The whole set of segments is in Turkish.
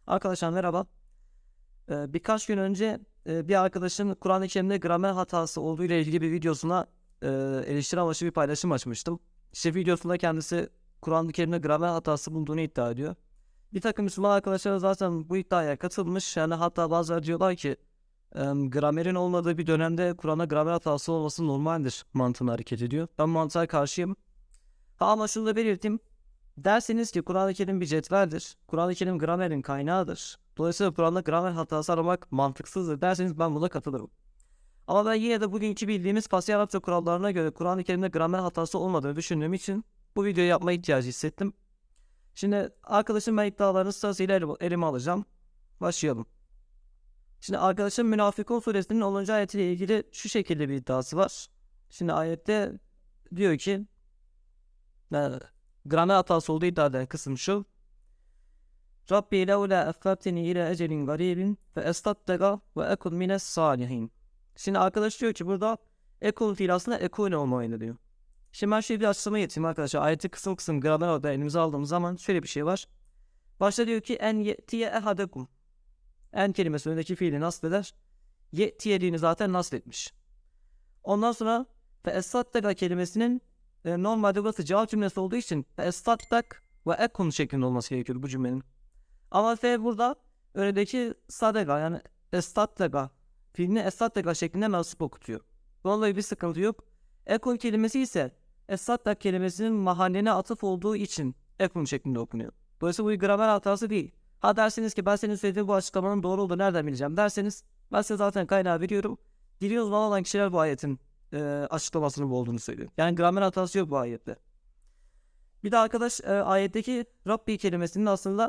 Arkadaşlar merhaba. Birkaç gün önce bir arkadaşım Kur'an-ı Kerim'de gramer hatası olduğu ile ilgili bir videosuna eleştiri amaçlı bir paylaşım açmıştım. İşte videosunda kendisi Kur'an-ı Kerim'de gramer hatası bulduğunu iddia ediyor. Bir takım Müslüman arkadaşlar zaten bu iddiaya katılmış. Yani hatta bazıları diyorlar ki gramerin olmadığı bir dönemde Kur'an'a gramer hatası olması normaldir mantığına hareket ediyor. Ben mantığa karşıyım. Ama şunu da belirteyim. Derseniz ki Kur'an-ı Kerim bir cetveldir. Kur'an-ı Kerim gramerin kaynağıdır. Dolayısıyla Kur'an'da gramer hatası aramak mantıksızdır derseniz ben buna katılırım. Ama ben yine de bugünkü bildiğimiz Fasih Arapça kurallarına göre Kur'an-ı Kerim'de gramer hatası olmadığını düşündüğüm için bu videoyu yapma ihtiyacı hissettim. Şimdi arkadaşım ben iddialarını sırasıyla elime alacağım. Başlayalım. Şimdi arkadaşım Münafıkun suresinin 10. ayetiyle ilgili şu şekilde bir iddiası var. Şimdi ayette diyor ki gramer hatası olduğu iddia eden kısım şu. Rabbi levla akharteni ila ecelin garibin fe estattega ve ekun mines salihin. Şimdi arkadaş diyor ki burada ekun fiil aslında ekune olmalıydı diyor. Şimdi ben şöyle bir açıklama getireyim arkadaşlar. Ayeti kısım kısım gramer orada elimize aldığımız zaman şöyle bir şey var. Başta diyor ki en ye'tiye ehadekum. En kelimesi önündeki fiili nasıl Ye'tiyeliğini zaten nasıl etmiş. Ondan sonra fe estattega kelimesinin normalde burası cevap cümlesi olduğu için fe estattak ve ekun şeklinde olması gerekiyor bu cümlenin. Ama F burada önündeki sadega yani estatlega fiilini estatlega şeklinde mensup okutuyor. Bununla dolayı bir sıkıntı yok. Ekon kelimesi ise esatleg kelimesinin mahalline atıf olduğu için ekon şeklinde okunuyor. Dolayısıyla bu bir gramer hatası değil. Ha derseniz ki ben senin söylediğin bu açıklamanın doğru olduğunu nereden bileceğim derseniz ben size zaten kaynağı veriyorum. Dili uzman olan kişiler bu ayetin açıklamasının bu olduğunu söylüyor. Yani gramer hatası yok bu ayette. Bir de arkadaş ayetteki Rabbi kelimesinin aslında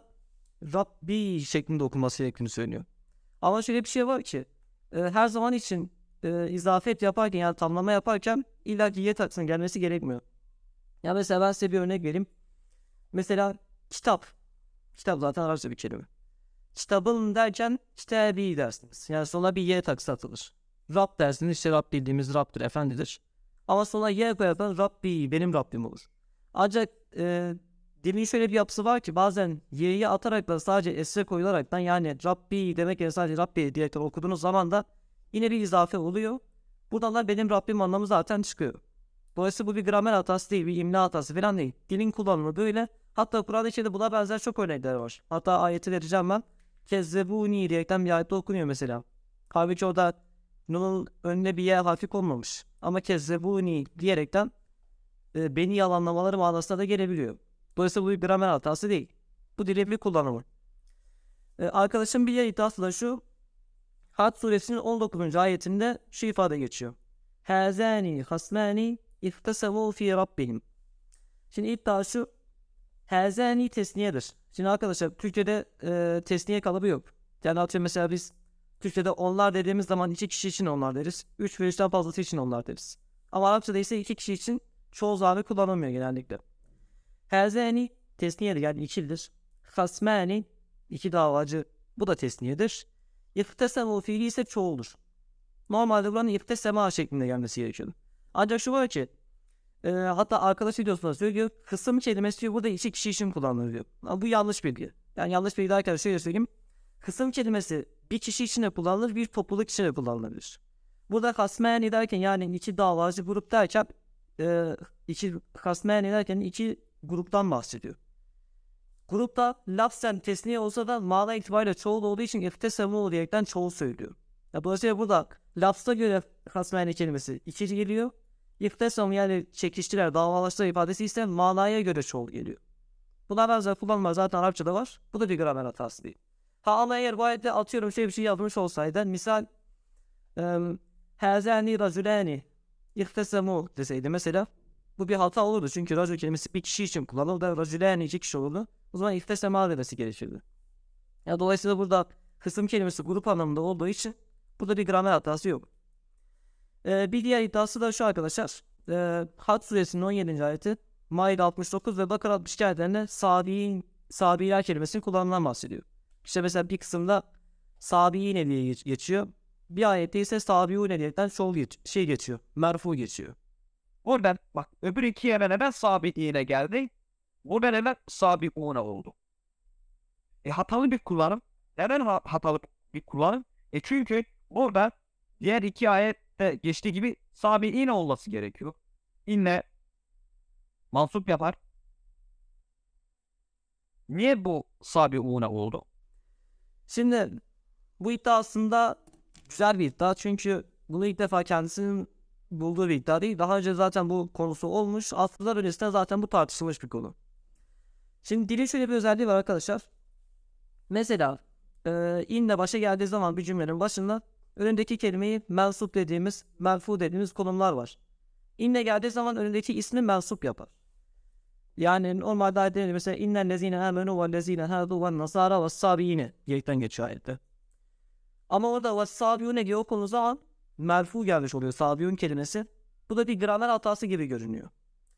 Rabbi şeklinde okunması gerektiğini söylüyor. Ama şöyle bir şey var ki her zaman için izafet yaparken yani tamlama yaparken illa ki ye taksının gelmesi gerekmiyor. Ya mesela ben size bir örnek vereyim. Mesela kitap. Kitap zaten Arapça bir kelime. Kitabın derken kitabi dersiniz. Yani sonra bir ye taksı atılır. Rab dersiniz işte Rab bildiğimiz Rab'dır, efendidir. Ama sonra ye koyarsan Rabbi benim Rabbim olur. Ancak dilin şöyle bir yapısı var ki bazen y'yi atarak da sadece esre koyularaktan yani Rabbi demek yerine sadece Rabbi diyerek okuduğunuz zaman da yine bir izafe oluyor. Buradan da benim Rabbim anlamı zaten çıkıyor. Dolayısıyla bu bir gramer hatası değil, bir imla hatası falan değil. Dilin kullanımı böyle. Hatta Kur'an içinde buna benzer çok örnekler var. Hatta ayeti vereceğim ben. Kezzebuni diyerekten bir ayette okunuyor mesela. Halbuki orada Nun'un önüne bir yer harfi konmamış. Ama kezzebuni diyerekten beni yalanlamaları manasına da gelebiliyor. Dolayısıyla bu bir gramer hatası değil. Bu dilin bir kullanımı. Arkadaşım bir yer iddiası da şu. Had suresinin 19. ayetinde şu ifade geçiyor. Hazani hasmani ihtesamu fi rabbihim. Şimdi iddia şu. Hazani tesniyedir. Şimdi arkadaşlar Türkçe'de tesniye kalıbı yok. Yani atıyorum mesela biz Türkçe'de onlar dediğimiz zaman iki kişi için onlar deriz. Üç ve üçten fazlası için onlar deriz. Ama Arapçada ise iki kişi için çoğul zarfı kullanılmıyor genellikle. Hazani tesniyedir yani ikilidir. Hasmani iki davacı bu da tesniyedir. İhtesemu fiili ise çoğuldur. Normalde buranın ihtesema şeklinde gelmesi gerekiyor. Ancak şu var ki hatta arkadaş videosunda söylüyor kısım kelimesi diyor burada iki kişi için kullanılıyor. Ama bu yanlış bilgi. Yani yanlış bilgi derken şöyle söyleyeyim. Kısım kelimesi bir kişi için de kullanılır bir topluluk için de kullanılabilir. Burada hasmani derken yani iki davacı grup derken iki hasmani derken iki gruptan bahsediyor. Grupta lafzen tesniye olsa da mana itibariyle çoğul olduğu için ihtesemu diyerekten çoğul söylüyor. Ya dolayısıyla burada lafza göre hasmani kelimesi ikinci geliyor. İhtesam yani çekiştiler, davalaştılar ifadesi ise manaya göre çoğul geliyor. Buna benzer kullanımlar zaten Arapçada var. Bu da bir gramer hatası değil. Ha ama eğer bu ayette atıyorum bir şey yazmış olsaydı misal Hazani racülani ihtesemu deseydi mesela bu bir hata olurdu. Çünkü racül kelimesi bir kişi için kullanılır da racülani iki kişi olurdu. O zaman ihtesema demesi gerekirdi. Ya dolayısıyla burada kısım kelimesi grup anlamında olduğu için burada bir gramer hatası yok. Bir diğer iddiası da şu arkadaşlar. Had suresinin 17. ayeti Maide 69 ve Bakara 62 ayetlerinde sabiler kelimesinin kullanımından bahsediyor. İşte mesela bir kısımda sabiine diye geçiyor. Bir ayette ise sabiune diyerekten geçiyor. Merfu geçiyor. Oradan bak öbür iki yere neden sabit yine geldi? Burada neden sabikuna oldu? Hatalı bir kullanım. Neden hatalı bir kullanım? Çünkü burada diğer iki ayette geçtiği gibi sabiin olması gerekiyor. İnne mansup yapar. Niye bu sabiune oldu? Şimdi bu iddia aslında güzel bir iddia. Çünkü bunu ilk defa kendisinin bulduğu bir iddia değil. Daha önce zaten bu konusu olmuş. Asırlar öncesinde zaten bu tartışılmış bir konu. Şimdi dilin şöyle bir özelliği var arkadaşlar. Mesela inle başa geldiği zaman bir cümlenin başında önündeki kelimeyi mensup dediğimiz, merfu dediğimiz konumlar var. İnne geldiği zaman önündeki ismi mensup yapar. Yani normalde ayette mesela innel lezine amenu vel lezine hadu ven nasara ve sabiyine diyerekten geçiyor ayette. Ama orada ve sabiyune diye okuduğunuz zaman merfu gelmiş oluyor sabiyun kelimesi. Bu da bir gramer hatası gibi görünüyor.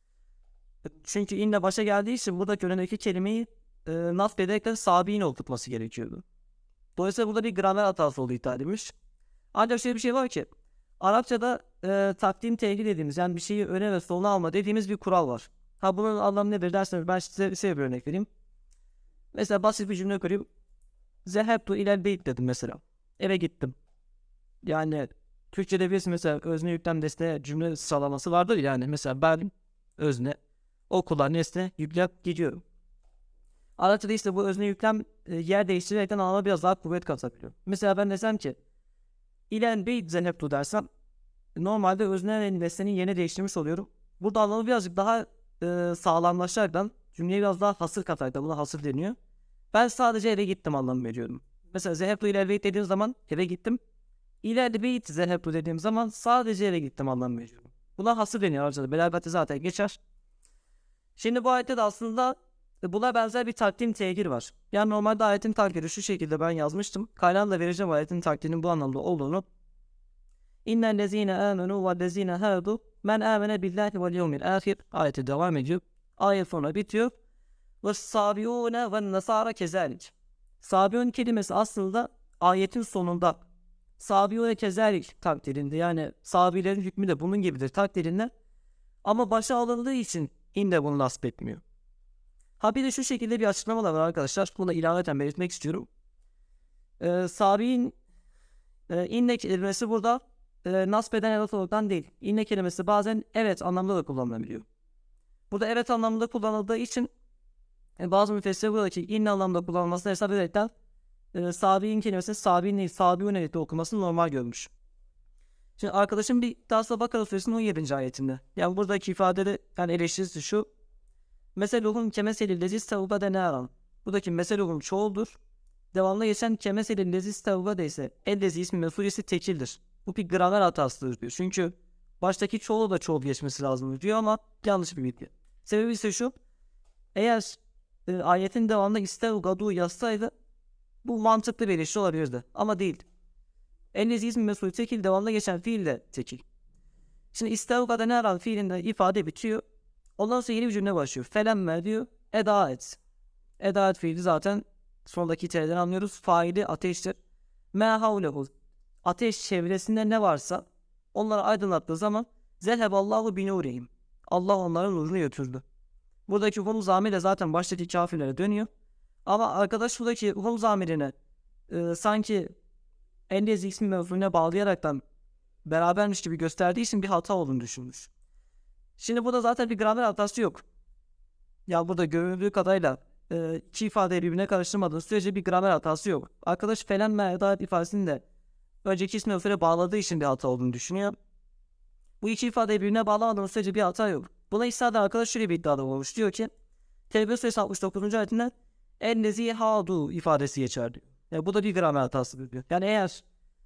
Çünkü inle başa geldiği için buradaki önündeki kelimeyi nasb ederekten sabiyin okutması gerekiyordu. Dolayısıyla burada bir gramer hatası olduğu iddia edilmiş. Ancak şöyle bir şey var ki Arapçada takdim tehir dediğimiz, yani bir şeyi öne ve soluna alma dediğimiz bir kural var. Ha, bunun anlamı nedir derseniz ben size bir örnek vereyim. Mesela basit bir cümle kurayım. Zehebtu ilel beyt dedim mesela. Eve gittim. Yani Türkçe'de biz mesela özne yüklem nesne cümle sıralaması vardır, yani mesela ben özne, okula nesne, yüklem, gidiyorum. Arapçada işte bu özne yüklem yer değiştirerekten anlama biraz daha kuvvet katabiliyor. Mesela ben desem ki İlen beyt zehebtu dersem normalde özne ve nesnenin yerini değiştirmiş oluyorum. Burada anlamı birazcık daha sağlamlaşaraktan cümleye biraz daha hasır kataraktan, buna hasır deniyor. Ben sadece eve gittim anlamı veriyorum. Mesela zehebtu ilel beyt dediğim zaman eve gittim. İlel beyt zehebtu dediğim zaman sadece eve gittim anlamı veriyorum. Buna hasır deniyor Arapçada. Belabette zaten geçer. Şimdi bu ayette de aslında buna benzer bir takdim tehir var. Yani normalde ayetin takdiri şu şekilde ben yazmıştım. Kaynağını da vereceğim ayetin takdirinin bu anlamda olduğunu. İnnel lezine amenu ve lezine hadu men amene billahi vel yevmil ahir ayeti devam ediyor. Ayet sonra bitiyor. Ve sabiune ve nasara kezalik. Sabiun kelimesi aslında ayetin sonunda sabiune kezalik takdirinde, yani sabilerin hükmü de bunun gibidir takdirinde, ama başa alındığı için inne bunu nasip etmiyor. Ha, bir de şu şekilde bir açıklama da var arkadaşlar. Bunu da ilaveten belirtmek istiyorum. Sabi'nin inne kelimesi burada nasip eden evet olaraktan değil. İnne kelimesi bazen evet anlamda da kullanılabiliyor. Burada evet anlamında kullanıldığı için bazı müfessirler buradaki inne anlamda kullanılmasını hesap ederekten Sabi'nin kelimesini Sabi'nin değil Sabi'un evetle okumasını normal görmüş. Şimdi arkadaşım bir iddiasına Bakara Suresinin 17. ayetinde. Yani buradaki ifadede yani eleştirisi şu. Meseluhum kemeselil leziz tevbe denaran. Buradaki meseluhum çoğuldur. Devamlı geçen kemeselil leziz tevbe de ise ellezi ismi mesulisi tekildir. Bu bir gramer hatasıdır diyor. Çünkü baştaki çoğulu da çoğul geçmesi lazım diyor ama yanlış bir bilgi. Sebebi ise şu. Eğer ayetin devamında istevgadu yazsaydı bu mantıklı bir eleştiri olabilirdi. Ama değil. Ellezi ismi mesulü tekil, devamlı geçen fiil de tekil. Şimdi istevgada ne aran fiilinde ifade bitiyor. Ondan sonra yeni bir cümle başlıyor. Felemme diyor. Eda et. Eda et fiili zaten sondaki T'den anlıyoruz. Faili ateştir. Me havlehu. Ateş çevresinde ne varsa onları aydınlattığı zaman zelheballahu binurihim. Allah onların nurunu götürdü. Buradaki hum zamiri zaten baştaki kafirlere dönüyor. Ama arkadaş buradaki hum zamirine sanki Ellezi ismi mevzuna bağlayaraktan berabermiş gibi gösterdiği için bir hata olduğunu düşünmüş. Şimdi burada zaten bir gramer hatası yok. Ya burada görüldüğü kadarıyla iki ifadeyi birbirine karıştırmadığı sürece bir gramer hatası yok. Arkadaş felen me'edat ifadesini de önceki ismi mevzuna bağladığı için bir hata olduğunu düşünüyor. Bu iki ifadeyi birbirine bağlamadığımız sürece bir hata yok. Buna istinaden arkadaş şöyle bir iddiada olmuş. Diyor ki Tevbe suresi 69. ayetinden ellezi hadu ifadesi geçer diyor. Yani bu da bir gramer hatası diyor. Yani eğer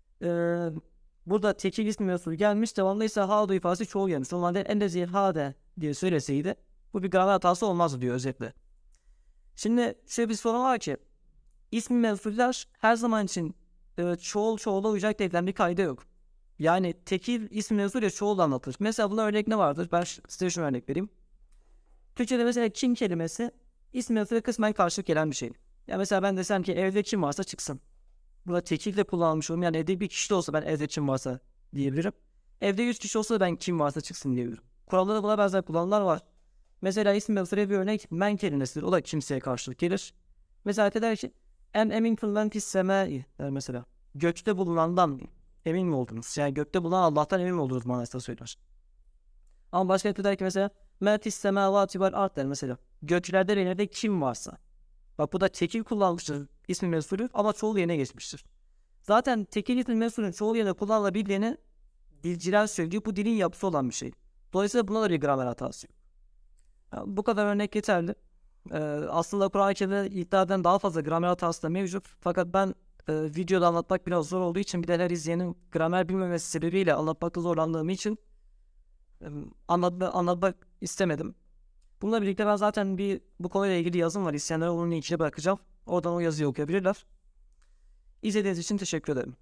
burada tekil ismi mevzu gelmiş, devamlı ise hadu ifadesi çoğul gelmiş. Normalde ellezi hade diye söyleseydi bu bir gramer hatası olmazdı diyor özetle. Şimdi şöyle bir sorun var ki ismi mevzular her zaman için çoğula uyacak diye bir kayda yok. Yani tekil ismi mevzuyla çoğul anlatılır. Mesela buna örnek ne vardır? Ben size şunu örnek vereyim. Türkçe'de mesela kim kelimesi ismi mevzuyla kısmen karşılık gelen bir şey. Ya mesela ben desem ki evde kim varsa çıksın. Burada tekil de kullanılmış olurum. Yani evde bir kişi de olsa ben evde kim varsa diyebilirim. Evde 100 kişi olsa ben kim varsa çıksın diyebilirim. Kuralda da buna benzer kullanımlar var. Mesela isim mevzuya bir örnek men kelimesidir. O da kimseye karşılık gelir. Mesela der ki En emin kılmen fis semai der mesela. Gökte bulunandan emin mi oldunuz? Yani gökte bulunan Allah'tan emin mi oldunuz manasında söyler. Ama başka bir der ki mesela Mertis semavati vel art der mesela. Göklerde ve yerde kim varsa. Bak bu da tekil kullanmıştır ismi mesulü ama çoğul yerine geçmiştir. Zaten tekil ismi mesulün çoğul yerine kullanılabildiğini dilciler söylüyor. Bu dilin yapısı olan bir şey. Dolayısıyla buna da bir gramer hatası yok. Yani bu kadar örnek yeterli. Aslında Kur'an-ı Kerim'de iddiadan daha fazla gramer hatası da mevcut. Fakat ben videoda anlatmak biraz zor olduğu için bir de her izleyenin gramer bilmemesi sebebiyle anlatmakta zorlandığım için anlatmak istemedim. Bununla birlikte ben zaten bu konuyla ilgili yazım var. İsteyenlere onun linkini bırakacağım. Oradan o yazıyı okuyabilirler. İzlediğiniz için teşekkür ederim.